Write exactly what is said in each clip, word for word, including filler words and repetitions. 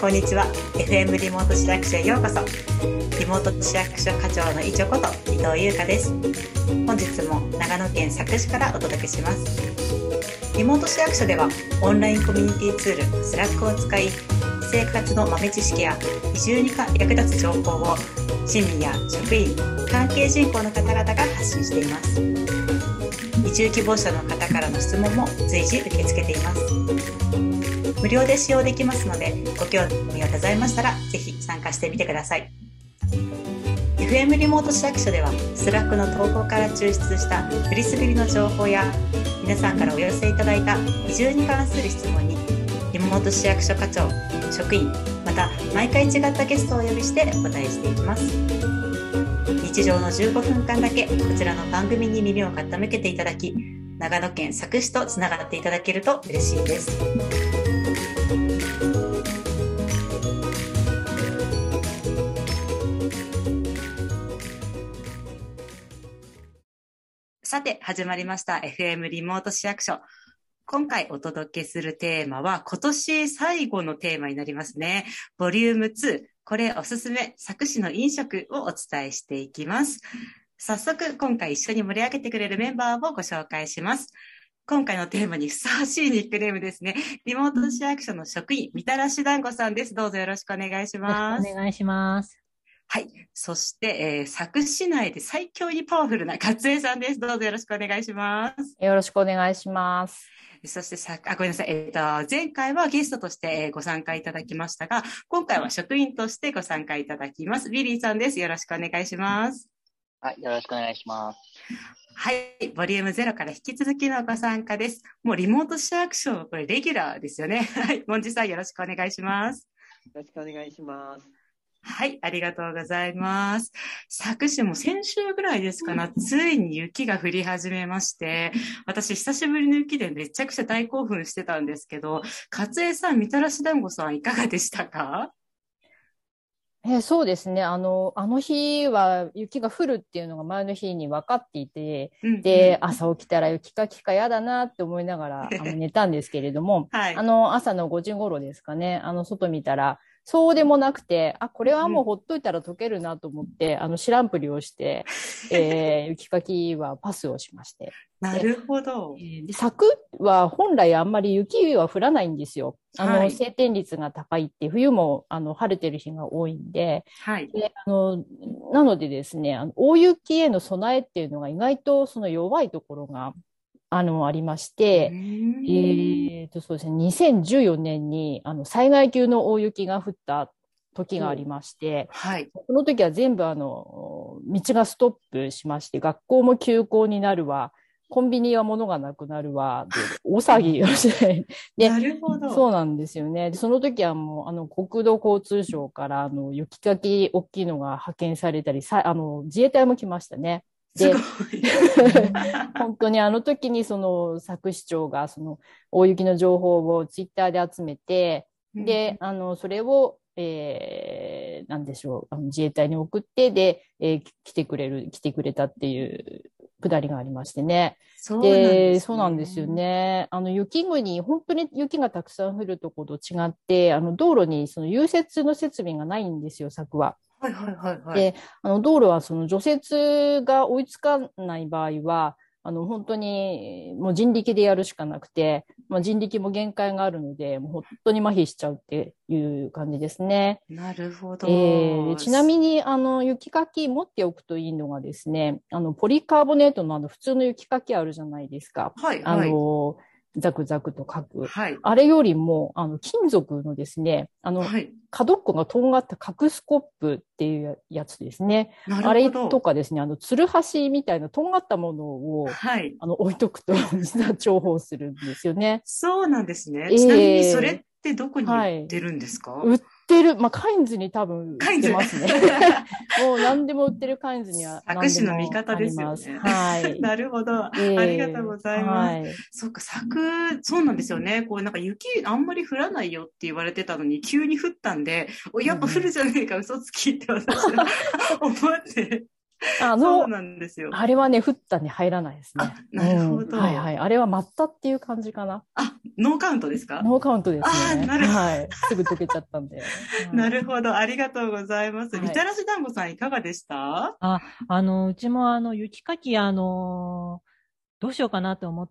こんにちは。 エフエム リモート市役所へようこそ。リモート市役所課長のいちょこと伊藤優香です。本日も長野県佐久市からお届けします。リモート市役所ではオンラインコミュニティツールスラックを使い、生活の豆知識や移住に役立つ情報を市民や職員、関係人口の方々が発信しています。移住希望者の方からの質問も随時受け付けています。無料で使用できますので、ご興味がございましたらぜひ参加してみてください。 エフエム リモート市役所ではスラックの投稿から抽出したフリスビリの情報や皆さんからお寄せいただいた移住に関する質問にリモート市役所課長、職員、また毎回違ったゲストをお呼びしてお答えしていきます。日常のじゅうごふんかんだけこちらの番組に耳を傾けていただき、長野県佐久市とつながっていただけると嬉しいです。さて始まりました エフエム リモート市役所。今回お届けするテーマは今年最後のテーマになりますね。ボリュームツー、これおすすめ佐久市の飲食をお伝えしていきます。早速今回一緒に盛り上げてくれるメンバーをご紹介します。今回のテーマにふさわしいニックネームですね。リモート市役所の職員、みたらし団子さんです。どうぞよろしくお願いします。 よろしくお願いします。 はい。そして、えー、佐久市内で最強にパワフルな勝江さんです。どうぞよろしくお願いします。 よろしくお願いします。 そしてさ、あ、ごめんなさい。えっと、前回はゲストとしてご参加いただきましたが、今回は職員としてご参加いただきます。ビリーさんです。よろしくお願いします。 はい、よろしくお願いします。 はい。ボリュームゼロから引き続きのご参加です。もうリモート市役所、これレギュラーですよね。はい。モンジさんよろしくお願いします。 よろしくお願いします。 はい、ありがとうございます。佐久市も先週ぐらいですかな、ついに雪が降り始めまして、私久しぶりの雪でめちゃくちゃ大興奮してたんですけど、勝江さん、みたらし団子さんいかがでしたか？ えー、そうですね。あの、あの日は雪が降るっていうのが前の日に分かっていて、うんうん、で、朝起きたら雪かきかやだなって思いながらあの寝たんですけれども、はい、あの、朝のごじ頃ですかね、あの、外見たら、そうでもなくて、あ、これはもうほっといたら溶けるなと思って、うん、あの、知らんぷりをして、えー、雪かきはパスをしまして。 なるほど。 で、佐久は本来あんまり雪は降らないんですよ。あの、はい、晴天率が高いって、冬もあの晴れてる日が多いんで、はい、であのなのでですね、あの大雪への備えっていうのが意外とその弱いところがあのありまして、えーとそうですね、にせんじゅうよねんにあの災害級の大雪が降った時がありまして、はい、その時は全部あの道がストップしまして、学校も休校になるわ、コンビニは物がなくなるわ、で大騒ぎをしてで、 なるほど。 そうなんですよね。でその時はもうあの国土交通省からあの雪かき大きいのが派遣されたり、さあの自衛隊も来ましたね。で、本当にあの時にその佐久市長がその大雪の情報をツイッターで集めて、で、あのそれをえー、なんでしょう、あの自衛隊に送って、で、えー、来てくれる、来てくれたっていうくだりがありましてね。 そうなんですね。 で、そうなんですよね。あの、雪国、本当に雪がたくさん降るところと違って、あの、道路にその融雪の設備がないんですよ、佐久は。 はいはいはいはい。 で、あの、道路はその除雪が追いつかない場合は、あの、本当にもう人力でやるしかなくて、まあ、人力も限界があるので、もう本当に麻痺しちゃうっていう感じですね。 なるほど。 えー、ちなみに、あの、雪かき持っておくといいのがですね、あの、ポリカーボネートのあの、普通の雪かきあるじゃないですか。 はい、はい。 あの、ザクザクと書く。 はい。 あれよりも、あの、金属のですね、あの、はい、角っこがとんがった角スコップっていうやつですね。 なるほど。 あれとかですね、あの、つるはしみたいなとんがったものを、はい、あの、置いとくと、実は重宝するんですよね。 そうなんですね。えー、ちなみにそれってどこに売ってるんですか？ はい、売ってる、まあ、カインズに多分売ってますね。もう何でも売ってるカインズには佐久市の味方ですよね。 はい。 なるほど、えー。ありがとうございます。はい、そっか、佐久、そうなんですよね。こう、なんか雪あんまり降らないよって言われてたのに、急に降ったんで、おやっぱ降るじゃねえか、うん、嘘つきって私は思って。 あの、 そうなんですよ。 あれはね、降ったに入らないですね。 あ、なるほど。 うん、はいはい。あれは舞ったっていう感じかな。 あ、ノーカウントですか？ ノーカウントですね。 あ、なるほど。 はい。すぐ溶けちゃったんで。はい、 なるほど。ありがとうございます。 はい、 みたらし団子さんいかがでした？ あ、あの、うちもあの、雪かき、あの、どうしようかなと思って、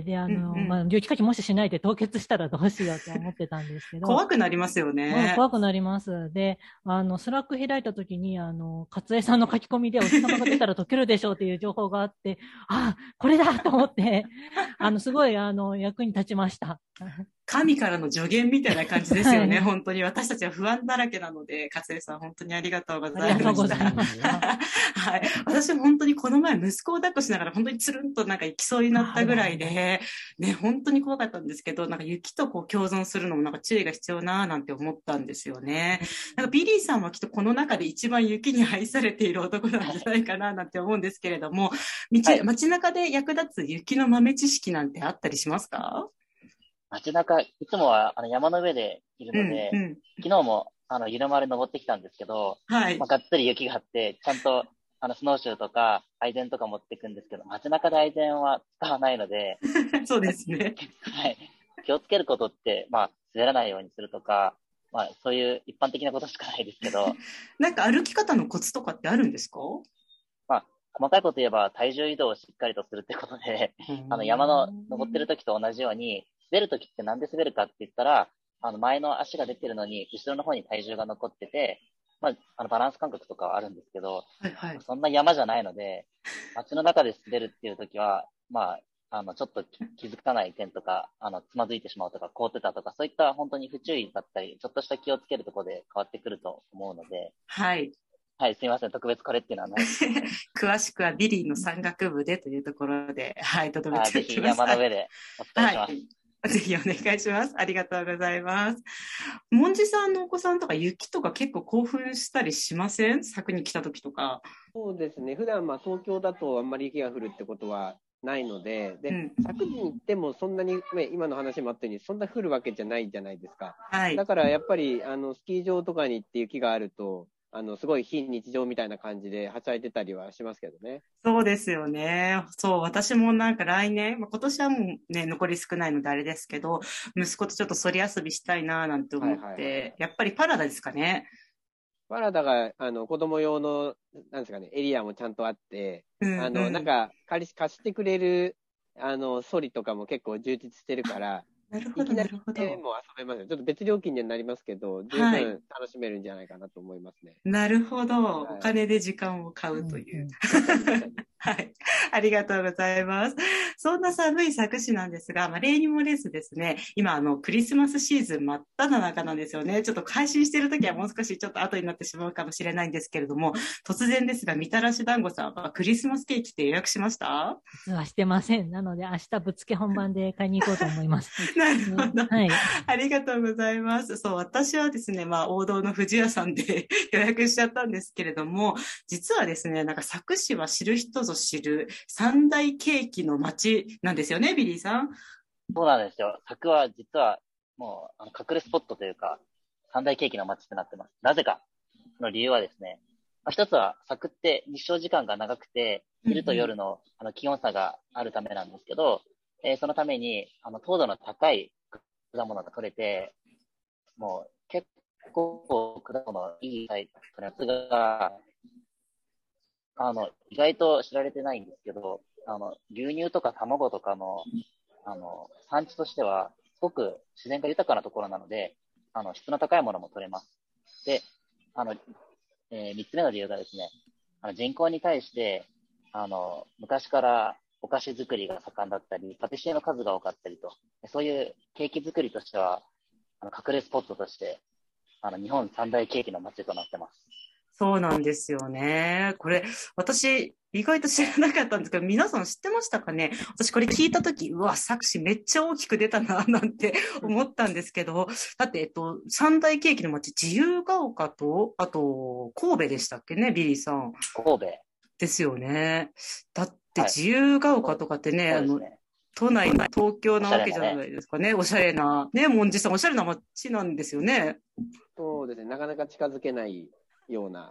で、あの、うんうん、まあ、雪かきもししないで凍結したらどうしようと思ってたんですけど。 怖くなりますよね。 うん、怖くなります。で、あの、スラック開いた時に、あの、勝江さんの書き込みでお日様が出たら溶けるでしょうっていう情報があって、あ、これだと思って、あの、すごい、あの、役に立ちました。 神からの助言みたいな感じですよね。はい、本当に私たちは不安だらけなので、勝江さん本当にありがとうございました。ありがとうございました。はい。私も本当にこの前息子を抱っこしながら本当につるんとなんか行きそうになったぐらいで、ね、本当に怖かったんですけど、なんか雪とこう共存するのもなんか注意が必要ななんて思ったんですよね。なんかビリーさんはきっとこの中で一番雪に愛されている男なんじゃないかななんて思うんですけれども、道、はい、街中で役立つ雪の豆知識なんてあったりしますか？ 街中、いつもはあの山の上でいるので、うんうん、昨日もあのゆるまる登ってきたんですけど、はい、まあ、がっつり雪があって、ちゃんとあのスノーシューとかアイゼンとか持っていくんですけど、街中でアイゼンは使わないので、 そうですね。 はい。気をつけることって、まあ、滑らないようにするとか、まあ、そういう一般的なことしかないですけど。 なんか歩き方のコツとかってあるんですか？ まあ、細かいこと言えば体重移動をしっかりとするってことで、あの山の登ってる時と同じように、滑るときってなんで滑るかって言ったら、あの前の足が出てるのに、後ろの方に体重が残ってて、まあ、あのバランス感覚とかはあるんですけど、はいはい、そんな山じゃないので、街の中で滑るっていうときは、まあ、あの、ちょっと気づかない点とか、あの、つまずいてしまうとか、凍ってたとか、そういった本当に不注意だったり、ちょっとした気をつけるところで変わってくると思うので、 はい。 はい、すみません。特別これっていうのはない。 詳しくはビリーの山岳部でというところで、はい、届けておきます。 ぜひ山の上でお伝えします。 はい、ぜひお願いします。ありがとうございます。もんじさんのお子さんとか雪とか結構興奮したりしません？柵に来た時とか。 そうですね。普段まあ東京だとあんまり雪が降るってことはないので、で、うん、柵に行ってもそんなに、ね、今の話もあったようにそんな降るわけじゃないじゃないですか。はい。だからやっぱりあのスキー場とかに行って雪があると、あの、すごい非日常みたいな感じではしゃいでたりはしますけどね。 そうですよね。そう、私もなんか来年、まあ、今年はもうね、残り少ないのであれですけど、息子とちょっとそり遊びしたいななんて思って、はいはいはい、やっぱりパラダですかね。 パラダが、あの、子供用の、なんですかね、エリアもちゃんとあって、うんうん、あの、なんか、借り、貸してくれる、あの、ソリとかも結構充実してるから、 なるほど、なるほど。 もう遊べますよ。ちょっと別料金にはなりますけど、十分楽しめるんじゃないかなと思いますね。 はい、なるほど、はい。お金で時間を買うという。うんうん、はい。ありがとうございます。そんな寒い佐久市なんですが、まあ、例にもれずですね、今、あの、クリスマスシーズン真っ只中なんですよね。ちょっと配信してるときはもう少しちょっと後になってしまうかもしれないんですけれども、突然ですが、みたらし団子さんはクリスマスケーキって予約しました？ 実はしてません。なので、明日ぶっつけ本番で買いに行こうと思います。 なるほど。はい。ありがとうございます。そう、私はですね、まあ、王道の富士屋さんで予約しちゃったんですけれども、実はですね、なんか佐久市は知る人ぞ知る三大ケーキの街なんですよね、ビリーさん。 そうなんですよ。佐久は実はもうあの隠れスポットというか、三大ケーキの街となってます。なぜか。その理由はですね、まあ、一つは佐久って日照時間が長くて、昼と夜の、あの気温差があるためなんですけど、えー、そのためにあの糖度の高い果物が取れて、もう結構果物のいいタイプのやつが、あの、意外と知られてないんですけど、あの、牛乳とか卵とかの、あの、産地としては、すごく自然が豊かなところなので、あの、質の高いものも取れます。で、あの、えー、三つ目の理由がですね、あの人口に対して、あの、昔からお菓子作りが盛んだったり、パティシエの数が多かったりと、そういうケーキ作りとしては、あの隠れスポットとして、あの日本三大ケーキの街となってます。 そうなんですよね。これ、私、意外と知らなかったんですけど、皆さん知ってましたかね？私これ聞いたとき、うわ、佐久市めっちゃ大きく出たな、なんて思ったんですけど、だって、えっと、三大ケーキの街、自由が丘と、あと、神戸でしたっけね、ビリーさん。 神戸。 ですよね。だって自由が丘とかってね、はい、あの、ね、都内の東京なわけじゃないですかね。おしゃれな、ね、もんじさん、おしゃれな街なんですよね。 そうですね。なかなか近づけないような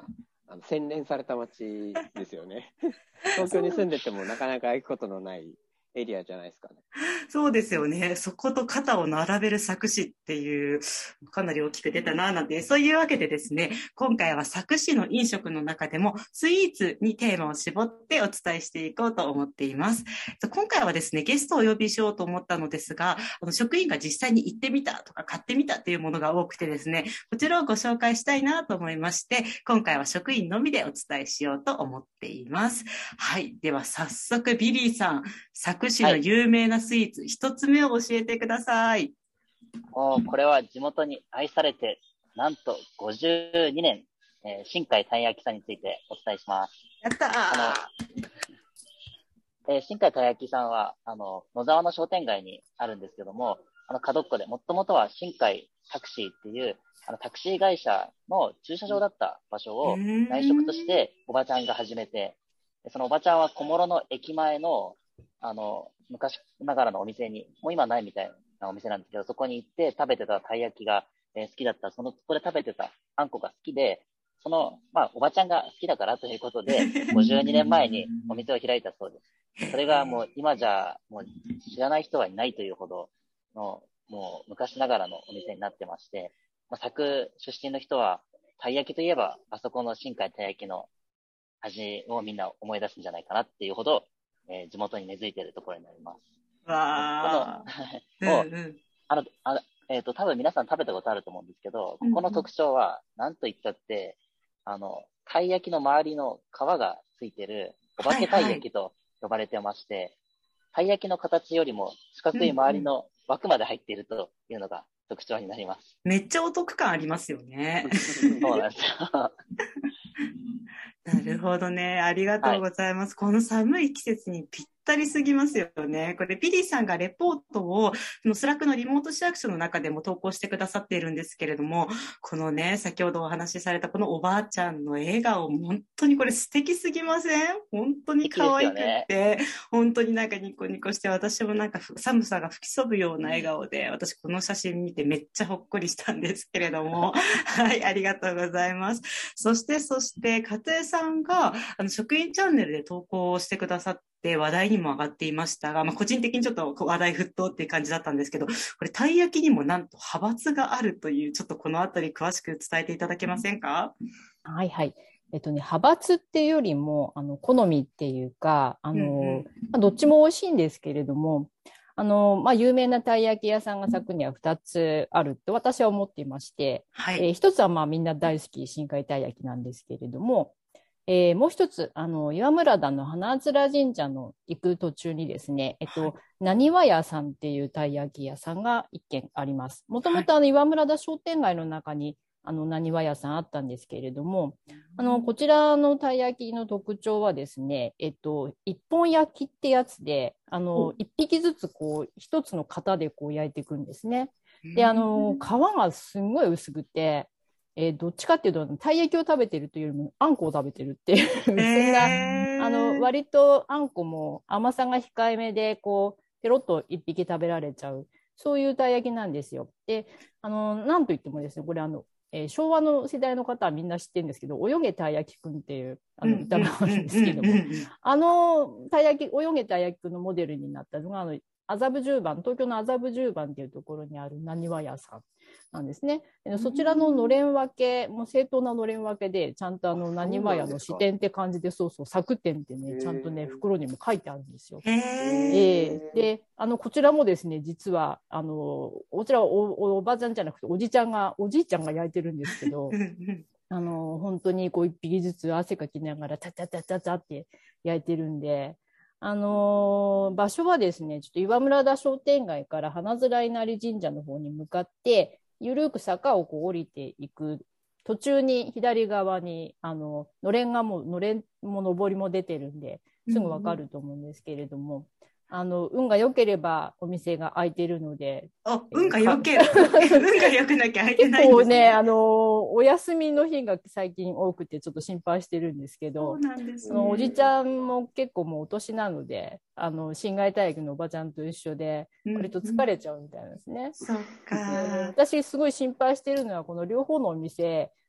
あの洗練された街ですよね。東京に住んでてもなかなか行くことのないエリアじゃないですかね。 そうですよね。そこと肩を並べる佐久市っていう、かなり大きく出たな、なんて、そういうわけでですね、今回は佐久市の飲食の中でもスイーツにテーマを絞ってお伝えしていこうと思っています。今回はですね、ゲストをお呼びしようと思ったのですが、あの職員が実際に行ってみたとか買ってみたっていうものが多くてですね、こちらをご紹介したいなと思いまして、今回は職員のみでお伝えしようと思っています。はい。では早速、ビリーさん、佐久市の有名なスイーツ、一、はい、つ目を教えてください。 おこれは地元に愛されて、なんとごじゅうにねん、えー、新海たい焼きさんについてお伝えします。 やったー。あの、えー、新海たい焼きさんは、あの、野沢の商店街にあるんですけども、あの、角っこで、もともとは新海タクシーっていう、あの、タクシー会社の駐車場だった場所を内職としておばちゃんが始めて、そのおばちゃんは小諸の駅前の、あの、昔ながらのお店に、もう今ないみたいなお店なんですけど、そこに行って食べてたたい焼きが、えー、好きだった、その、そこで食べてたあんこが好きで、その、まあ、おばちゃんが好きだからということで、ごじゅうにねんまえにお店を開いたそうです。それがもう今じゃ、もう知らない人はいないというほどの、もう昔ながらのお店になってまして、まあ、佐久出身の人は、たい焼きといえば、あそこの新海たい焼きの味をみんな思い出すんじゃないかなっていうほど、えー、地元に根付いているところになります。 わー。 この、うんうん、あの、あえっと、多分皆さん食べたことあると思うんですけど、ここの特徴は、なんと言ったって、あの、たい焼きの周りの皮がついてる、お化けたい焼きと呼ばれてまして、はいはい、たい焼きの形よりも四角い周りの枠まで入っているというのが特徴になります。 めっちゃお得感ありますよね。 そうなんですよ。 なるほどね。ありがとうございます。はい、この寒い季節にぴったりすぎますよね。これ、ビリーさんがレポートを、スラックのリモート市役所の中でも投稿してくださっているんですけれども、このね、先ほどお話しされたこのおばあちゃんの笑顔、本当にこれ素敵すぎません？本当に可愛くて、ね、本当になんかニコニコして、私もなんか寒さが吹き飛ぶような笑顔で、私この写真見てめっちゃほっこりしたんですけれども、はい、ありがとうございます。そして、そして、かつえさんがあの職員チャンネルで投稿してくださって話題にも上がっていましたが、まあ、個人的にちょっと話題沸騰っていう感じだったんですけど、これたい焼きにもなんと派閥があるという、ちょっとこのあたり詳しく伝えていただけませんか？ はいはい。えっとね、派閥っていうよりもあの好みっていうか、あの、うんうんまあ、どっちも美味しいんですけれども、あの、まあ、有名なたい焼き屋さんが佐久にはふたつあると私は思っていまして、はいえー、ひとつはまあみんな大好き深海たい焼きなんですけれども、えー、もう一つ、あの、岩村田の花面神社の行く途中にですね、えっと、なにわ屋さんっていうたい焼き屋さんが一軒あります。もともとあの、岩村田商店街の中に、あの、なにわ屋さんあったんですけれども、あの、こちらのたい焼きの特徴はですね、えっと、一本焼きってやつで、あの、一匹ずつこう、一つの型でこう焼いていくんですね。で、あの、皮がすんごい薄くて、えー、どっちかっていうと、たい焼きを食べてるというよりも、あんこを食べてるっていう、そんな、あの、割とあんこも甘さが控えめで、こう、ペロッと一匹食べられちゃう、そういうたい焼きなんですよ。で、あの、なんといってもですね、これあの、えー、昭和の世代の方はみんな知ってるんですけど、泳げたい焼きくんっていうあの歌があるんですけども、あの、たい焼き、泳げたい焼きくんのモデルになったのが、あの、麻布十番、東京の麻布十番っていうところにあるなにわ屋さんなんですね。そちらののれん分け、もう正当なのれん分けで、ちゃんとあのなにわ屋の支店って感じで、そうそう、作店ってね、ちゃんとね、袋にも書いてあるんですよ。えー、で、あの、こちらもですね、実は、あの、こちらは お, おばあちゃんじゃなくて、おじちゃんが、おじいちゃんが焼いてるんですけど、あの、本当にこう一匹ずつ汗かきながら、タタタタタって焼いてるんで、あのー、場所はですね、ちょっと岩村田商店街から花面稲荷神社の方に向かって、ゆるく坂をこう降りていく途中に左側に、あの、のれんがもう、のれんも上りも出てるんで、すぐわかると思うんですけれども、うんうん、あの、運が良ければお店が開いてるので。 あ、運が良ければ運が良くなきゃ開いてないんですね。結構ね、あの、お休みの日が最近多くてちょっと心配してるんですけど、 そうなんですね。 あのおじちゃんも結構もうお年なので、あの、新外体育のおばちゃんと一緒で、割と疲れちゃうみたいなんですね。 うんうん、そっか。 私すごい心配してるのは、この両方のお店、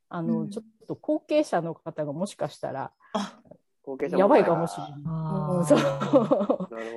あの、うん、ちょっと後継者の方がもしかしたら、 後継者やばいかもしれない。うん、そう。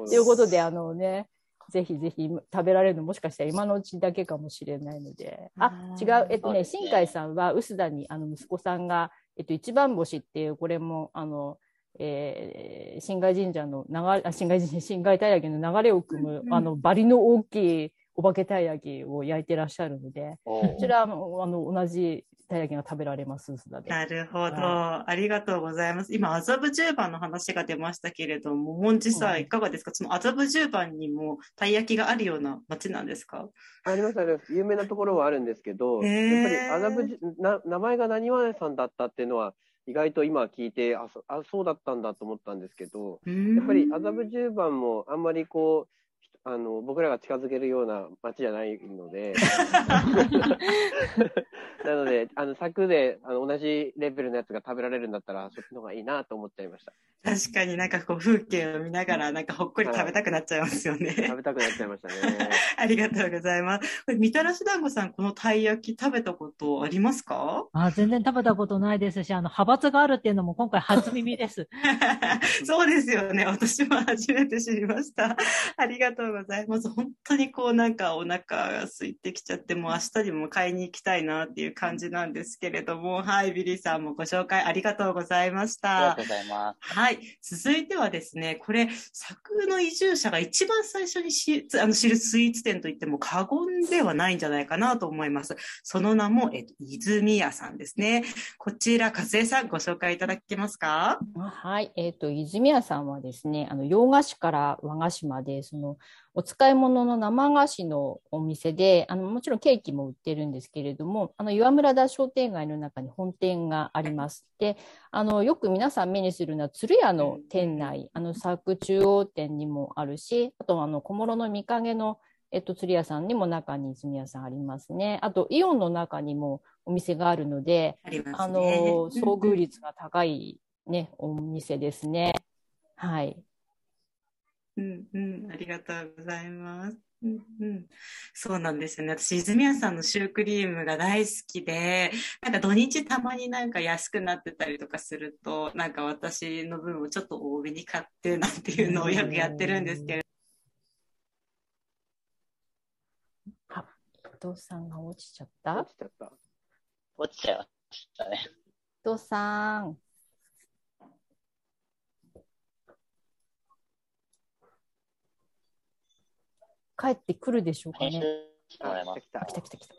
ということで、あのね、ぜひぜひ食べられるのもしかしたら今のうちだけかもしれないので。あ、違う。えっとね、新海さんは臼田にあの息子さんが、えっと、一番星っていう、これも、あの、えー、新海神社の流れ、あ、新海神社、新海たい焼きの流れを組む、うん、あの、バリの大きいお化けたい焼きを焼いてらっしゃるので、こちら、あの、同じたい焼きが食べられます、臼田で。 なるほど、はい。ありがとうございます。今、麻布十番の話が出ましたけれども、モンチさん、いかがですか？その麻布十番にもたい焼きがあるような街なんですか？ あります、あります。有名なところはあるんですけど、やっぱり麻布な、名前がなにわ屋さんだったっていうのは、意外と今聞いて、あ、そ、あ、そうだったんだと思ったんですけど、やっぱり麻布十番もあんまりこう、あの、僕らが近づけるような街じゃないので、なので、あの、柵で、あの、同じレベルのやつが食べられるんだったら、そっちの方がいいなと思っちゃいました。 確かになんかこう風景を見ながらなんかほっこり食べたくなっちゃいますよね。はい、 食べたくなっちゃいましたね。 ありがとうございます。これ、みたらし団子さん、このたい焼き食べたことありますか？ あ、全然食べたことないですし、あの、派閥があるっていうのも今回初耳です。 そうですよね。私も初めて知りました。ありがとうございます。本当にこうなんかお腹が空いてきちゃって、もう明日にも買いに行きたいなっていう感じなんですけれども、はい、ビリーさんもご紹介ありがとうございました。 ありがとうございます。 はい。続いてはですね、これ、佐久の移住者が一番最初にしあの知るスイーツ店といっても過言ではないんじゃないかなと思います。その名も、えっと、泉屋さんですね。こちら、和江さん、ご紹介いただけますか？ はい。えっと、泉屋さんはですね、あの、洋菓子から和菓子まで、その、お使い物の生菓子のお店で、あの、もちろんケーキも売ってるんですけれども、あの、岩村田商店街の中に本店があります。で、あの、よく皆さん目にするのは、鶴屋の店内、あの、佐久中央店にもあるし、あと、あの、小諸の御影の、えっと、鶴屋さんにも中に泉屋さんありますね。あと、イオンの中にもお店があるので、 ありますね。 あの、遭遇率が高いね、お店ですね。はい。 うんうん、ありがとうございます。うんうん、そうなんですよね。私、泉谷さんのシュークリームが大好きで、なんか土日たまになんか安くなってたりとかすると、なんか私の分をちょっと多めに買ってなんていうのをよくやってるんですけれど。あ、伊藤さんが落ちちゃった落ちちゃった。 落ちちゃいましたね。 伊藤さん。帰ってくるでしょうかね。 あ、 来た来た来た来た。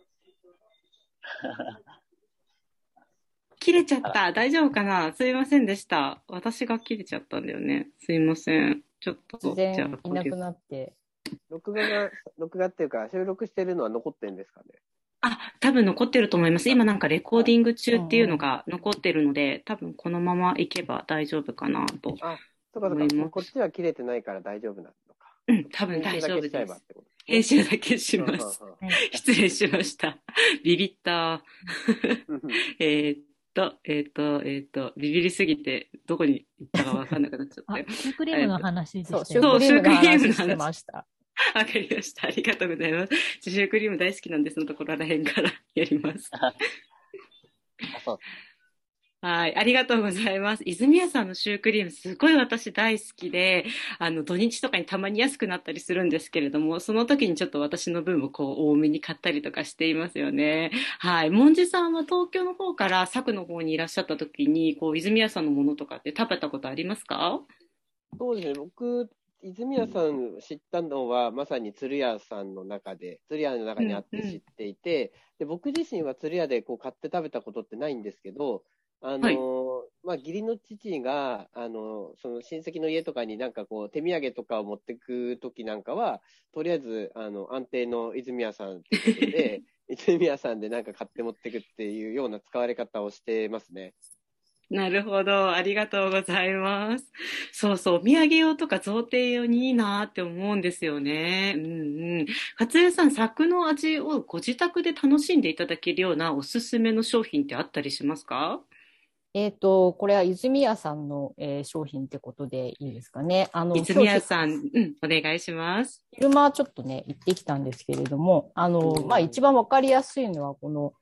切れちゃった。大丈夫かな？すいませんでした。私が切れちゃったんだよね。すいません。ちょっと。 突然いなくなって。 録画が、録画っていうか、収録してるのは残ってるんですかね？ あ、多分残ってると思います。今なんかレコーディング中っていうのが残ってるので、多分このままいけば大丈夫かなと。 あ、そうかそうか。こっちは切れてないから大丈夫なのか。 うん、多分大丈夫です。編集だけします。失礼しました。ビビった。えっと、えっと、えっと、ビビりすぎて、どこに行ったかわかんなくなっちゃったよ。 シュークリームの話でした。 そう、シュークリームの話してました。 わかりました。ありがとうございます。シュークリーム大好きなんですのところらへんからやります。 あ、そう。 はい。ありがとうございます。泉屋さんのシュークリーム、すごい私大好きで、あの、土日とかにたまに安くなったりするんですけれども、その時にちょっと私の分もこう、多めに買ったりとかしていますよね。はい。もんじさんは東京の方から佐久の方にいらっしゃった時に、こう、泉屋さんのものとかって食べたことありますか？ そうですね。僕、泉屋さん知ったのは、まさに鶴屋さんの中で、鶴屋の中にあって知っていて、うんうん、で僕自身は鶴屋でこう買って食べたことってないんですけど、あの、はい、まあ、義理の父が、あの、その親戚の家とかになんかこう、手土産とかを持ってくときなんかは、とりあえず、あの、安定の泉屋さんっていうことで、泉屋さんでなんか買って持ってくっていうような使われ方をしてますね。 なるほど。ありがとうございます。そうそう。お土産用とか贈呈用にいいなって思うんですよね。うんうん。勝江さん、佐久の味をご自宅で楽しんでいただけるようなおすすめの商品ってあったりしますか？ えっと、これは泉屋さんの、えー、商品ってことでいいですかね。あの、 泉屋さん、うん、お願いします。 昼間ちょっとね、行ってきたんですけれども、あの、まあ、一番わかりやすいのは、この、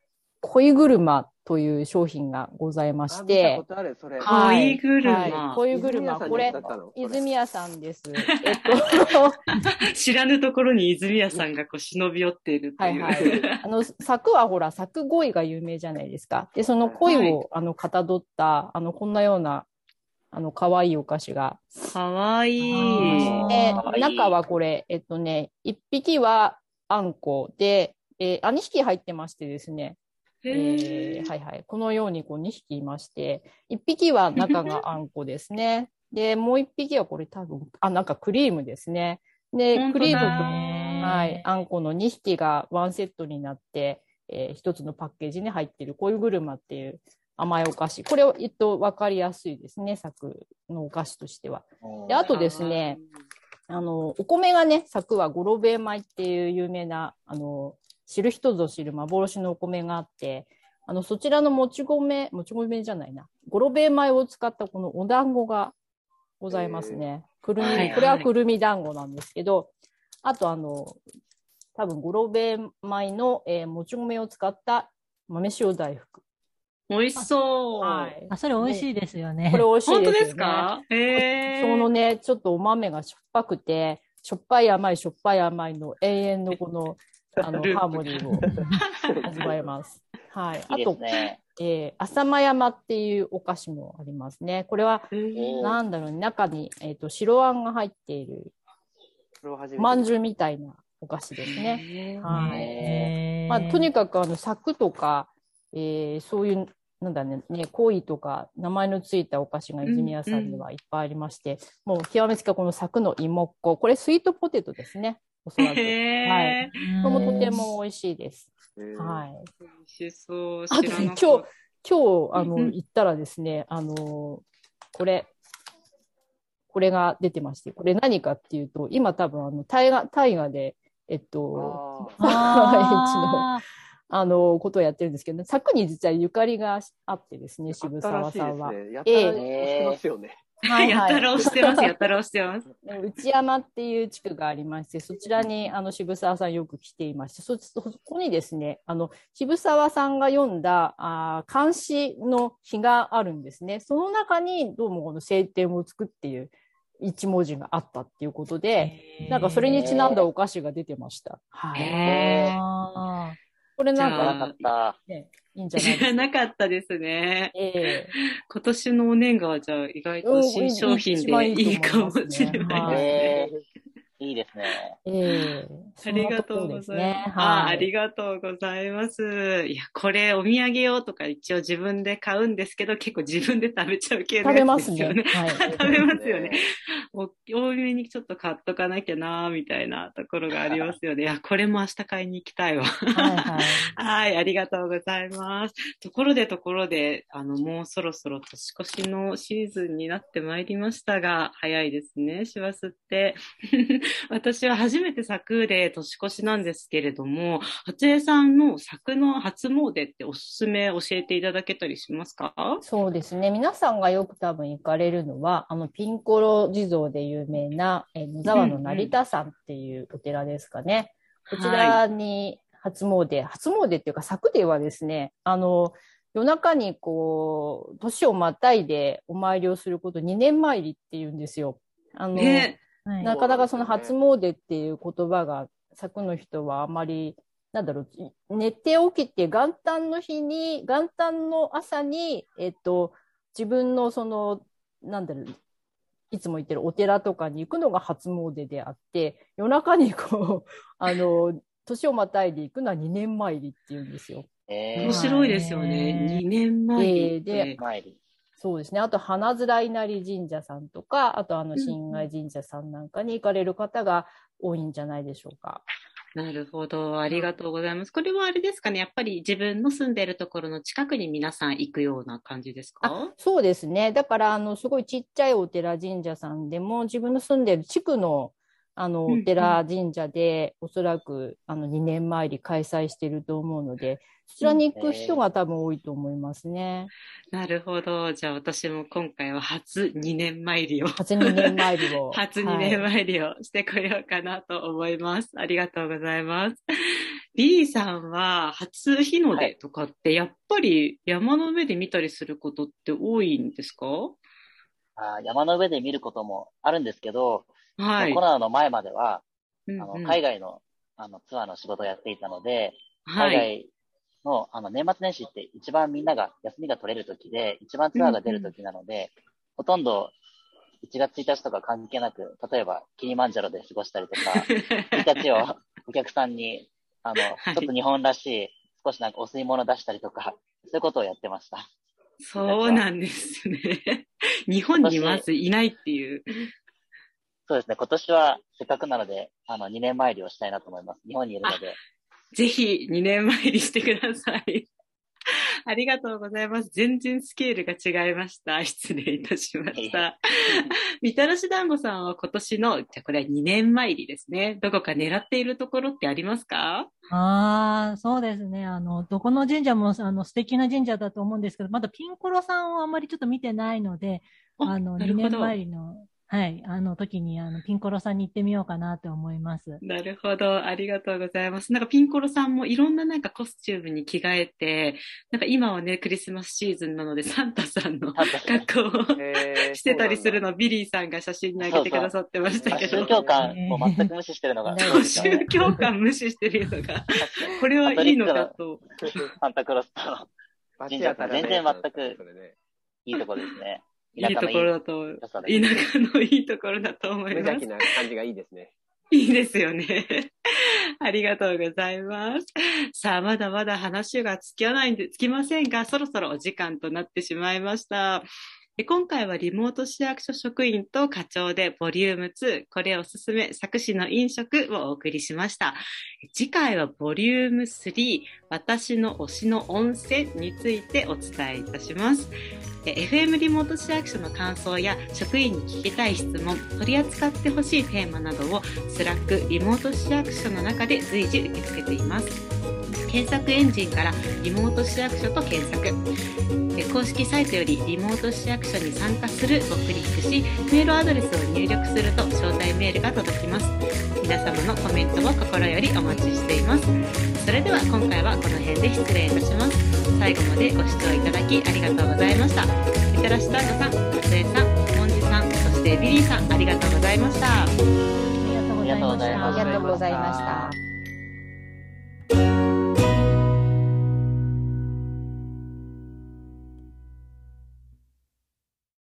恋車という商品がございまして。 見たことある、それ。 恋車。 はい、恋車。これ、泉谷さんです。えっと。知らぬところに泉谷さんがこう忍び寄っているという。はいはい。 あの、作はほら、作恋が有名じゃないですか。で、その恋を、はい、あの、かたどった、あの、こんなような、あの、可愛いお菓子が。 可愛い。 で、中はこれ、えっとね、一匹はあんこで、えー、あ、二匹入ってましてですね。えー、はいはい。このようにこうにひきいまして、いっぴきは中があんこですね。で、もういっぴきはこれ多分、あ、なんかクリームですね。で、クリームと、はい、あんこのにひきがワンセットになって、えー、一つのパッケージに入っている恋車っていう甘いお菓子。これを、えっと、わかりやすいですね、作のお菓子としては。で、あとですね、あの、お米がね、作は五郎兵衛米っていう有名な、あの、知る人ぞ知る幻のお米があって、あの、そちらのもち米、もち米じゃないな、五郎兵衛米を使ったこのお団子がございますね。くるみ、はいはい、これはくるみ団子なんですけど、あとあの、多分五郎兵衛米の、えー、もち米を使った豆塩大福。 美味しそう。 はい。あ、それ美味しいですよね。 これ美味しいですよね。 本当ですか？へー。そのね、ちょっとお豆がしょっぱくて、しょっぱい甘いしょっぱい甘いの永遠のこの、あの、ハーモニーを味わえます。はい。あと、ね、えー、浅間山っていうお菓子もありますね。これは、なんだろう、中に、えっと、白あんが入っている、まんじゅうみたいなお菓子ですね。はい。まあ、とにかく、あの、柵とか、えー、そういう、なんだね、ね、恋とか、名前のついたお菓子が泉谷さんにはいっぱいありまして、うんうん、もう極めつきはこの柵の芋っこ、これスイートポテトですね。おそらく。はい。これもとても美味しいです。はい。 美味しそう。 あと、ね、今日、今日、あの、うん、行ったらですね、あの、これ、これが出てまして、これ何かっていうと、今多分、あの、大河、大河で、えっと、ああの、ことをやってるんですけど、作に実はゆかりがあってですね、渋沢さんは。 やたらしてますよね。 はい、はい、やたら押してます、やたら押してます。 内山っていう地区がありまして、そちらにあの渋沢さんよく来ていまして、そ、そこにですね、あの、渋沢さんが読んだ、あ漢詩の碑があるんですね。その中にどうもこの青天をつくっていう一文字があったっていうことで、なんかそれにちなんだお菓子が出てました。はい。へー。これなんか、ね、いいんじゃないですか。 知らなかったですね。 えー、 今年のお年賀はじゃあ意外と新商品でいいかもしれないですね。 いいですね。 ええー、ありがとうございます。ね、はい、あ, ありがとうございます。いや、これお土産用とか一応自分で買うんですけど、結構自分で食べちゃう系のやつですよね。食べますね。はい、食べますよね。多めにちょっと買っとかなきゃなみたいなところがありますよね。いや、これも明日買いに行きたいわ。はい、はい、はい、ありがとうございます。ところでところで、あの、もうそろそろ年越しのシーズンになってまいりましたが、早いですね、師走って。私は初めて作で年越しなんですけれども、初江さんの作の初詣っておすすめ教えていただけたりしますか？ そうですね。皆さんがよく多分行かれるのは、あの、ピンコロ地蔵で有名な、え野沢の成田山っていうお寺ですかね。うんうん、こちらに初詣、はい、初詣っていうか作ではですね、あの、夜中にこう、年をまたいでお参りをすること、二年参りっていうんですよ。あの、ね、はい、なかなかその初詣っていう言葉が、作の人はあまり、なんだろう、寝て起きて元旦の日に、元旦の朝に、えっと、自分のその、なんだろう、いつも行ってるお寺とかに行くのが初詣であって、夜中にこう、あの、年をまたいで行くのは二年参りっていうんですよ。 えー、面白いですよね。二年参りって。 えー、で、そうですね。あと、花面稲荷神社さんとか、あと、あの、新貝神社さんなんかに行かれる方が多いんじゃないでしょうか。 なるほど。ありがとうございます。これはあれですかね。やっぱり自分の住んでいるところの近くに皆さん行くような感じですか？ あ、そうですね。だから、あの、すごいちっちゃいお寺神社さんでも、自分の住んでいる地区の、あの、お寺神社で、うんうん、おそらく、あの、二年参り開催していると思うので、そちらに行く人が多分多いと思いますね。 えー、なるほど。じゃあ私も今回は初二年参りを。 初二年参りを。 初二年参りをしてこようかなと思います。はい、ありがとうございます。 ビリーさんは初日の出とかってやっぱり山の上で見たりすることって多いんですか？ あ山の上で見ることもあるんですけど、 はい、 コロナの前までは、 うんうん、 あの海外のあのツアーの仕事をやっていたので、海外の、はい、あの年末年始って一番みんなが休みが取れる時で、一番ツアーが出る時なので、うんうん、ほとんどいちがつついたちとか関係なく、例えばキリマンジャロで過ごしたりとか、ついたちをお客さんにあの、はい、ちょっと日本らしい少しなんかお吸い物出したりとか、そういうことをやってました。 そうなんですね。日本にまずいないっていう。 そうですね。今年はせっかくなので、あの、にねんまいりをしたいなと思います。日本にいるので。 ぜひにねんまいりしてください。ありがとうございます。全然スケールが違いました。失礼いたしました。みたらし団子さんは今年の、じゃあこれはにねんまいりですね。どこか狙っているところってありますか？ ああ、そうですね。あの、どこの神社もあの素敵な神社だと思うんですけど、まだピンコロさんをあまりちょっと見てないので、あの、にねんまいりの、はい、あの時にあのピンコロさんに行ってみようかなと思います。 なるほど、ありがとうございます。なんかピンコロさんもいろんななんかコスチュームに着替えて、なんか今はねクリスマスシーズンなのでサンタさんの格好をしてたりするのをビリーさんが写真に上げてくださってましたけど、 宗教観を全く無視してるのが、 宗教観無視してるのが、これはいいのかと。 サンタクロスと神社と全然全くいいところですね。 いいところだと、田舎のいいところだと思います。無邪気な感じがいいですね。 いいですよね。ありがとうございます。さあ、まだまだ話が尽きないんで、尽きませんが、そろそろお時間となってしまいました。今回はリモート市役所職員と課長でボリュームツー、これを進め、佐久市の飲食をお送りしました。次回はボリュームスリー、私の推しの温泉についてお伝えいたします。エフエム リモート市役所の感想や職員に聞きたい質問、取り扱ってほしいテーマなどをスラックリモート市役所の中で随時受け付けています。検索エンジンからリモート市役所と検索、公式サイトよりリモート市役所に参加するをクリックし、メールアドレスを入力すると招待メールが届きます。皆様のコメントを心よりお待ちしています。それでは今回はこの辺で失礼いたします。最後までご視聴いただきありがとうございました。みたらし団子さん、かつえさん、もんじさん、そしてビリーさん、ありがとうございました。ありがとうございました。 ありがとうございました。